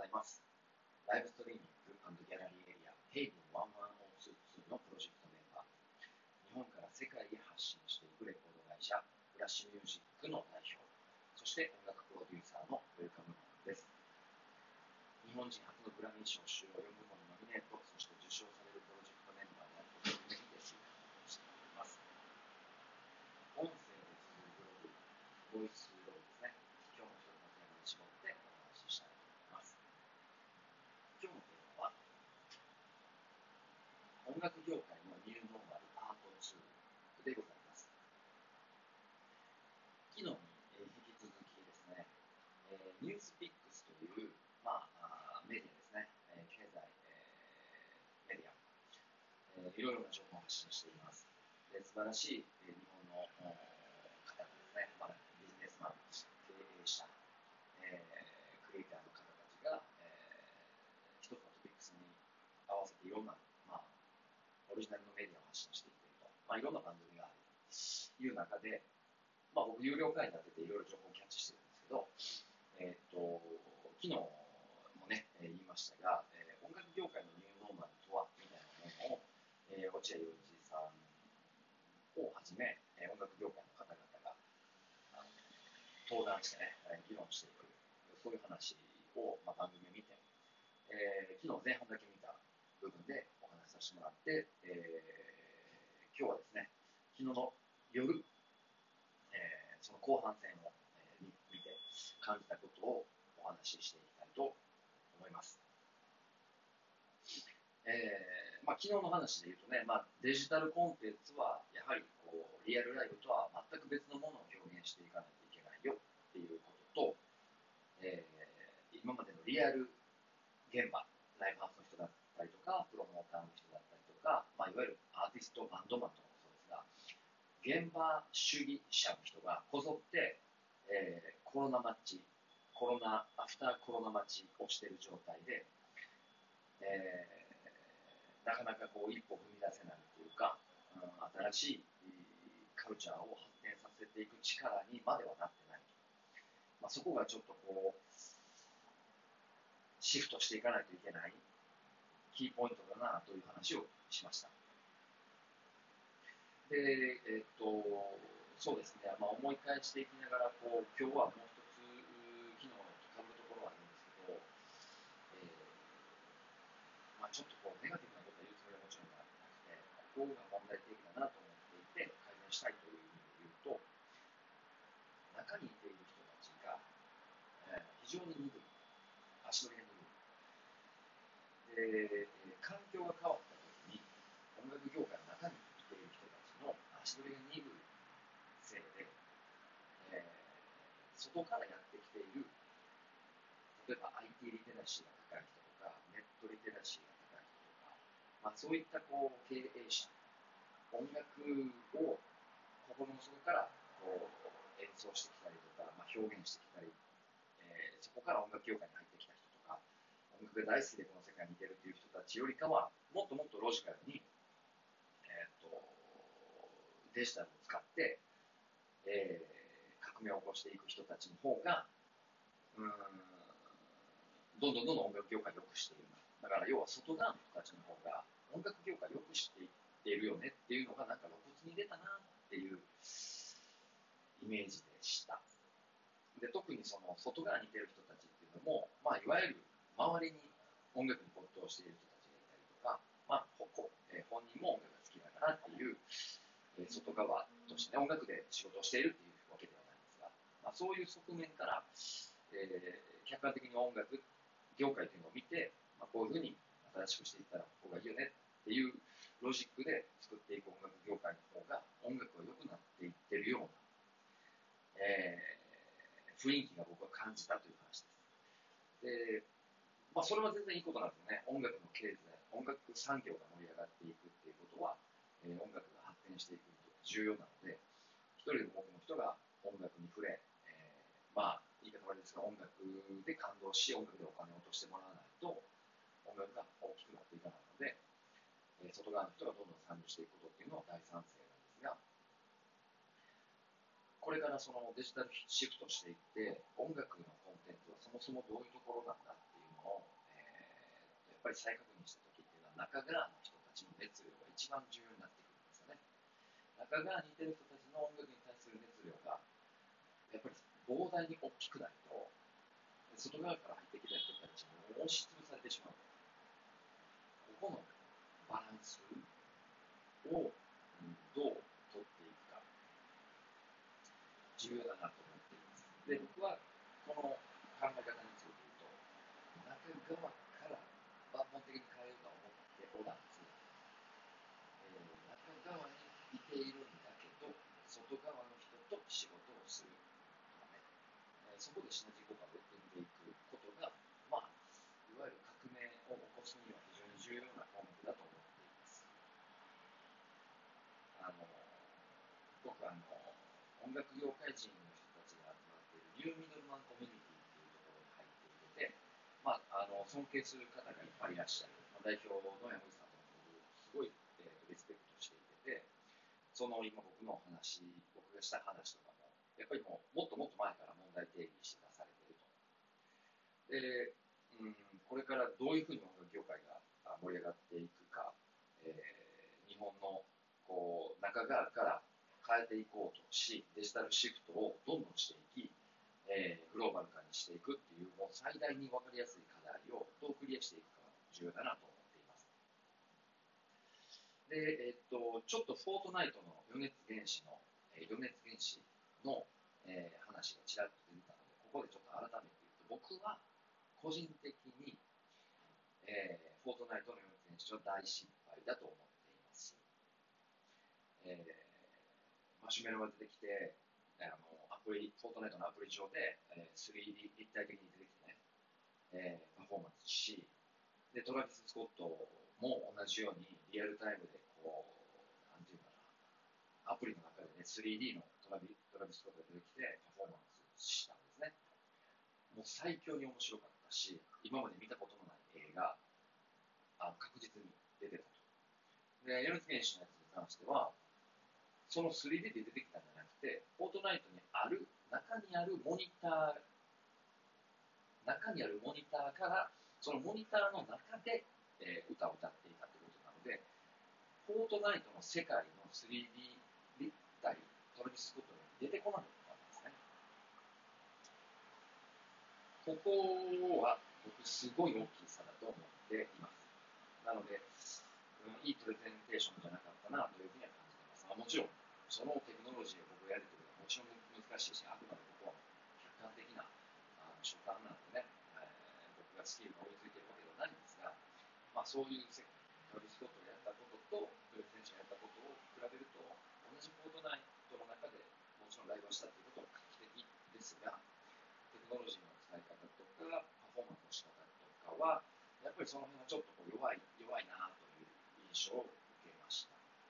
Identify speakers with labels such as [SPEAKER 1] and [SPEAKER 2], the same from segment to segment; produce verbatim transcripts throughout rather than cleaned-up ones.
[SPEAKER 1] ざいます。ライブストリーミング&ギャラリーエリアヘイブンいちいちににのプロジェクトメンバー、日本から世界へ発信していくレコード会社フラッシュミュージックの代表、そして音楽プロデューサーのウェルカムマンです。日本人初のグラミー賞主要よんぶもんにノミネート、そして受賞されるプロジェクトメンバーであることを夢見て進行しております。音声で綴るブログ、ボイスログですね。今日も一人のテーマに絞ってお話ししたいと思います。今日のテーマは音楽業界のニューノーマルパートツーでございます。昨日に引き続きですね、ニュースピックスという、まあ、メディアですね、経済メディア、いろいろな情報を発信しています。で素晴らしい日本の方がですね、まあ、ビジネスマン、経営者、えー、クリエイターの方たちが、えー、一つのトピックスに合わせていろんな、まあ、オリジナルのメディアを発信していっていると、まあ、いろんな番組があるという中で、まあ、僕、有料会員になってていろいろ情報をキャッチしてるんですけど、えー、と昨日もね、言いましたが、えー、音楽業界のニューノーマルとはみたいなものを、えー、落合陽一さんをはじめ、えー、音楽業界の方々があの登壇してね、議論していく、そういう話を、まあ、番組を見て、えー、昨日前半だけ見た部分でお話しさせてもらって、えー、今日はですね、昨日の夜、えー、その後半戦を、えー、見て感じたことをお話ししていきたいと思います。えーまあ、昨日の話で言うとね、まあ、デジタルコンテンツはやはりこうリアルライブとは全く別のものを表現していかないといけないよっていうことと、えー、今までのリアル現場、ライブハウスの人だったりとか、プロモーターの人だったりとか、まあ、いわゆるアーティスト、バンドマンとかもそうですが、現場主義者の人がこぞって、えー、コロナ待ち、コロナ、アフターコロナ待ちをしている状態で、えー、なかなかこう一歩踏み出せないというか、うん、新しいカルチャーを発展させていく力にまではなってないと、まあ、そこがちょっとこうシフトしていかないといけないキーポイントだなという話をしました。で、えっと、そうですね、まあ、思い返していきながらこう今日はもう一つ昨日とかぶるところはあるんですけど、えーまあ、ちょっとこうネガティブなことを言うつもりはもちろんなくて、ここが問題的だなと思っていて改善したいという意味で言うと、中にいている人たちが、えー、非常に鈍い、足取りが鈍い。で、環境が変わったときに、音楽業界の中にいている人たちの足取りが鈍いせいで、えー、外からやってきている、例えば アイティー リテラシーが高い人とか、ネットリテラシーが高い人とか、まあ、そういったこう経営者、音楽を心の底からこう演奏してきたりとか、まあ、表現してきたり、えー、そこから音楽業界に入ってきた人とか、音楽が大好きでこの世界にいてるという人たちよりかは、もっともっとロジカルに、えー、とデジタルを使って、えー、革命を起こしていく人たちの方が、うーん、どんどんどんどん音楽業界を良くしている。だから要は外側の人たちの方が音楽業界を良くしていっているよねっていうのがなんか露骨に出たなっていうイメージでした。で特にその外側にいてる人たちっていうのも、まあ、いわゆる周りに音楽に没頭している人たちがいたりとか、まあ、ここえー、本人も音楽が好きだからっていう、えー、外側として、ね、音楽で仕事をしているっていうわけではないんですが、まあ、そういう側面から、えー、客観的に音楽業界というのを見て、まあ、こういうふうに新しくしていったらここがいいよねっていうロジックで作っていく音楽業界の方が音楽が良くなっていってるような、えー、雰囲気が僕は感じたという話です。で、まあ、それは全然いいことなんですよね。音楽の経済、音楽産業が盛り上がっていくっていうことは、えー、音楽が発展していくことが重要なので、一人でも多くの人が音楽に触れ、えー、まあ言い方悪いですが、音楽で感動し、音楽でお金を落としてもらわないと、音楽が大きくなっていかないので、えー、外側の人がどんどん参入していくことっていうのは大賛成なんですが、これからそのデジタルシフトしていって、音楽のコンテンツはそもそもどういうところなんだっていうのをぱり再確認した時っていうのは中川の人たちの熱量が一番重要になってくるんですよね。中川にいてる人たちの音楽に対する熱量がやっぱり膨大に大きくないと、外側から入ってきた人たちに押しつぶされてしまう。ここのバランスをどう取っていくか重要だなと思っています。で、僕はこの考え方について言うと、中側から抜本的に変えようとは思っておらず、えー、中側にいているんだけど、外側の人と仕事をするとかね、えー、そこでシナジー効果を生んでいくことが、まあ、いわゆる革命を起こすには非常に重要な項目だと思っています。あの僕はあの音楽業界人の人たちが集まっているニューミドルマンコミュニティっていうところに入っていて、まあ、あの尊敬する方がいっぱいいらっしゃる、まあ、代表の山口さんと僕すごい、えー、リスペクトしていて、その今僕の話僕がした話とかもやっぱりもうもっともっと前から問題定義して出されていると。で、うん、これからどういうふうに音楽業界が盛り上がっていくか、えー、日本のこう中側から変えていこうとし、デジタルシフトをどんどんしていき、えー、グローバル化にしていくっていう、もう最大に分かりやすい課題をどうクリアしていくかが重要だなと思っています。で、えー、っと、ちょっとフォートナイトの余熱原子の、えー、余熱原子の、えー、話がちらっと出てたので、ここでちょっと改めて言うと、僕は個人的に、えー、フォートナイトの余熱原子は大失敗だと思っています。えーマシュメロが出てきて、あのアプリ、フォートナイトのアプリ上で、えー、スリーディー 立体的に出てきてね、えー、パフォーマンスし、で、トラビス・スコットも同じようにリアルタイムでこう、なんていうかな、アプリの中でね、スリーディー のトラビトラビス・スコットが出てきてパフォーマンスしたんですね。もう最強に面白かったし、今まで見たことのない映画、あの確実に出てたと。で、ヤルツ原子のやつに関しては、その スリーディー で出てきたんじゃなくて、フォートナイトにある、中にあるモニター、中にあるモニターから、そのモニターの中で、えー、歌を歌っていたということなので、フォートナイトの世界の スリーディー 立体、トラビス・スコットに出てこなかったんですね。ここは僕すごい大きい差だと思っています。なので、うん、いいプレゼンテーションじゃなかったなというふうには感じています。まあ、もちろん、そのテクノロジーを僕がやるというのはもちろん難しいし、あくまで僕は客観的なあの主観なんでね、えー、僕がスキルが追いついているわけではないんですが、まあ、そういうトラビス・スコットをやったことと、プレゼンテーションやったことを比べると、同じフォートナイトの中でもちろんライブをしたということは画期的ですが、テクノロジーの使い方とか、パフォーマンスの仕方とかは、やっぱりその辺はちょっとこう弱い、弱いなという印象を受けました。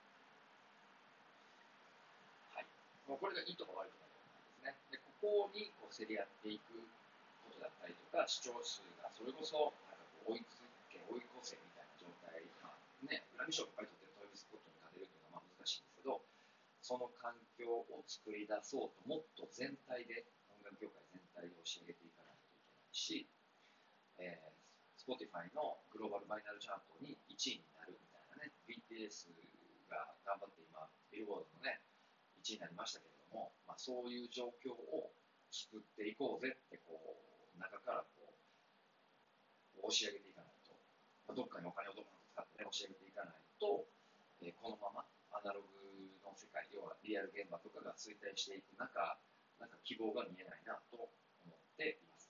[SPEAKER 1] はい。もうこれがいいとか悪いとかではないですね。で、ここにこう競り合っていくことだったりとか、視聴数がそれこそなんかこう追いつけ、追い越せみたいな状態、まあね、グラミー賞いっぱい取ってるトラビス・スコットに勝てるっていうのはまあ難しいんですけど、その環境を作り出そうと、もっと全体で、音楽業界全体で押し上げていかないといけないし、えー、Spotify のグローバルバイナルチャートにいちいになるみたいなね、ビーティーエス が頑張って今、ビルボードのね、いちいになりましたけれども、まあ、そういう状況を作っていこうぜってこう、中からこう、押し上げていかないと、まあ、どっかにお金をどんどん使ってね、押し上げていかないと、えー、このままアナログの世界、要はリアル現場とかが衰退していく中、なんか希望が見えないなと思っています。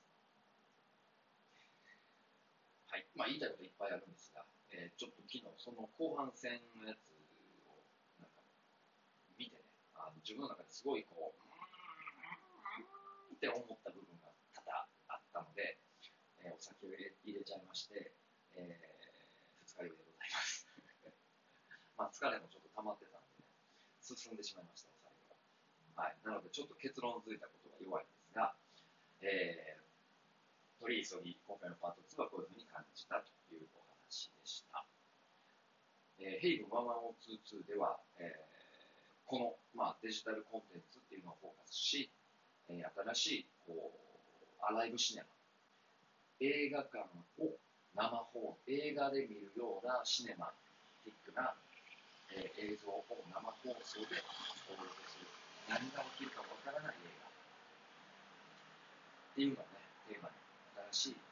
[SPEAKER 1] はい。まあ、言いたいこといっぱいあるんですが、えー、ちょっと昨日、その後半戦のやつをなんか見てね、あの自分の中ですごいこう、うーんって思った部分が多々あったので、えー、お酒を入れ入れちゃいまして、えー、二日酔いでございます。まあ、疲れもちょっと溜まってたんでね、進んでしまいました、お酒が。はい。なので、ちょっと結論づいたことが弱いんですが、えー、取り急ぎ、今回のパートツーはこういうふうに感じたというお話でした。えー、ヘイブンいちいちにツーでは、えー、この、まあ、デジタルコンテンツっていうのをフォーカスし、えー、新しいこうアライブシネマ、映画館を生放映画で見るようなシネマティックな、えー、映像を生放送でお届けする、何が起きるかわからない映画っていうのをね、テーマに新しい